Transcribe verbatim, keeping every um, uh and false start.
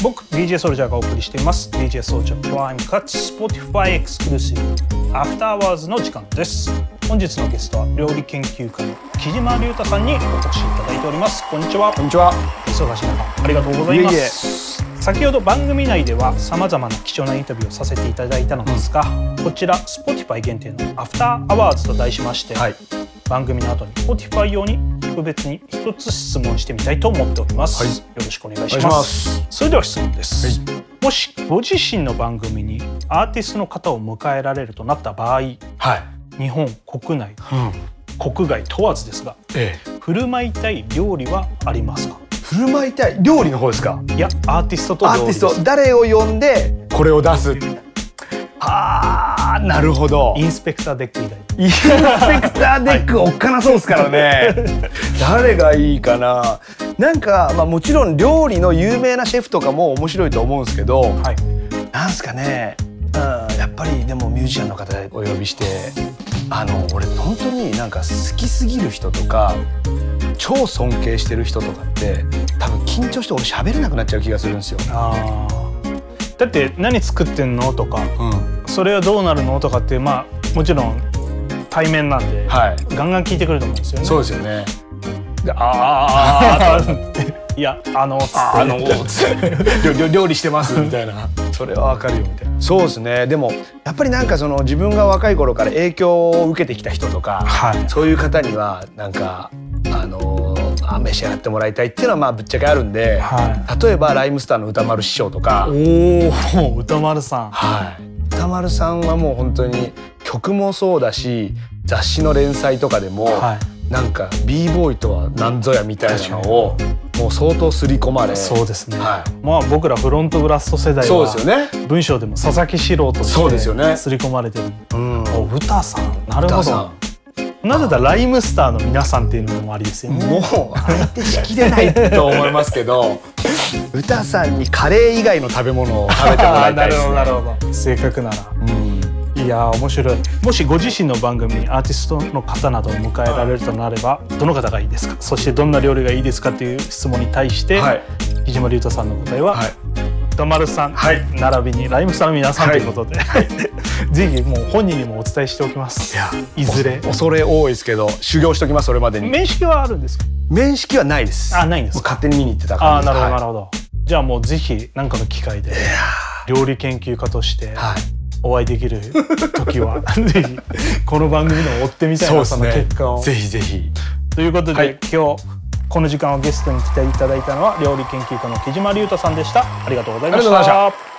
僕 ディージェー ソルジャーがお送りしています ディージェー ソルジャープライムカッツ Spotify エクスクルーシブアフターアワーズの時間です。本日のゲストは料理研究家の木島隆太さんにお越しいただいております。こんにちは。 こんにちは。 忙しい中ありがとうございます。いえいえ。先ほど番組内ではさまざまな貴重なインタビューをさせていただいたのですが、うん、こちら Spotify 限定のアフターアワーズと題しまして、はい、番組の後に Spotify 用に特別に一つ質問してみたいと思っております、はい、よろしくお願いします。それでは質問です、はい、もしご自身の番組にアーティストの方を迎えられるとなった場合、はい、日本国内、うん、国外問わずですが、ええ、振る舞いたい料理はありますか？ 振る舞いたい料理の方ですか？ いや、アーティストと料理です。 アーティスト、誰を呼んでこれを出す。はあ、なるほど。 インスペクターデック以外。 インスペクターデックおっかなそうですからね。誰がいいかな。なんか、まあ、もちろん料理の有名なシェフとかも面白いと思うんですけど、はい、なんすかね、うん、やっぱりでもミュージシャンの方お呼びして、あの俺本当になんか好きすぎる人とか超尊敬してる人とかって多分緊張して俺喋れなくなっちゃう気がするんですよ。あだって何作ってんのとか、うん、それはどうなるのとかってまあもちろん対面なんで、はい、ガンガン聞いてくると思うんですよね。 そうですよね。でああいやあのあの料理してますみたいなそれはわかるよみたいな。そうですね。でもやっぱりなんかその自分が若い頃から影響を受けてきた人とか、はい、そういう方にはなんかあのー、召し上がってもらいたいっていうのはまあぶっちゃけあるんで、はい、例えばライムスターの歌丸師匠とか。 おお、歌丸さん。 はい。歌丸さんはもう本当に曲もそうだし雑誌の連載とかでも、はい、なんか b ボーイとは何ぞやみたいなのをもう相当刷り込まれ。 そうですね、はい、まあ僕らフロントブラスト世代はそうですよね。文章でも佐々木史郎として刷り込まれてる。うん、お歌さん、なるほど。なぜだライムスターの皆さんっていうのもありですよね。 もう相手しきれないと思いますけど歌さんにカレー以外の食べ物を食べてもらいたいですね。 なるほどなるほど。正確なら、うん、いや面白い。もしご自身の番組にアーティストの方などを迎えられるとなればどの方がいいですか？そしてどんな料理がいいですかっていう質問に対して、はい、木島隆太さんの答えは、はい、歌丸さん、はい、並びにライムスターの皆さんということで、はい、ぜひもう本人にもお伝えしておきます。いや、いずれ恐れ多いですけど修行しておきます。それまでに。 面識はあるんですか？ 面識はないです。 あ、ないんですか？ 勝手に見に行ってた感じです。 あ、なるほどなるほど。じゃあもうぜひ何かの機会で料理研究家としてお会いできる時はぜひこの番組でも追ってみたいな、その結果を。 ぜひぜひ。 ということで、はい、今日この時間をゲストに来ていただいたのは料理研究家の木島隆太さんでした。ありがとうございました。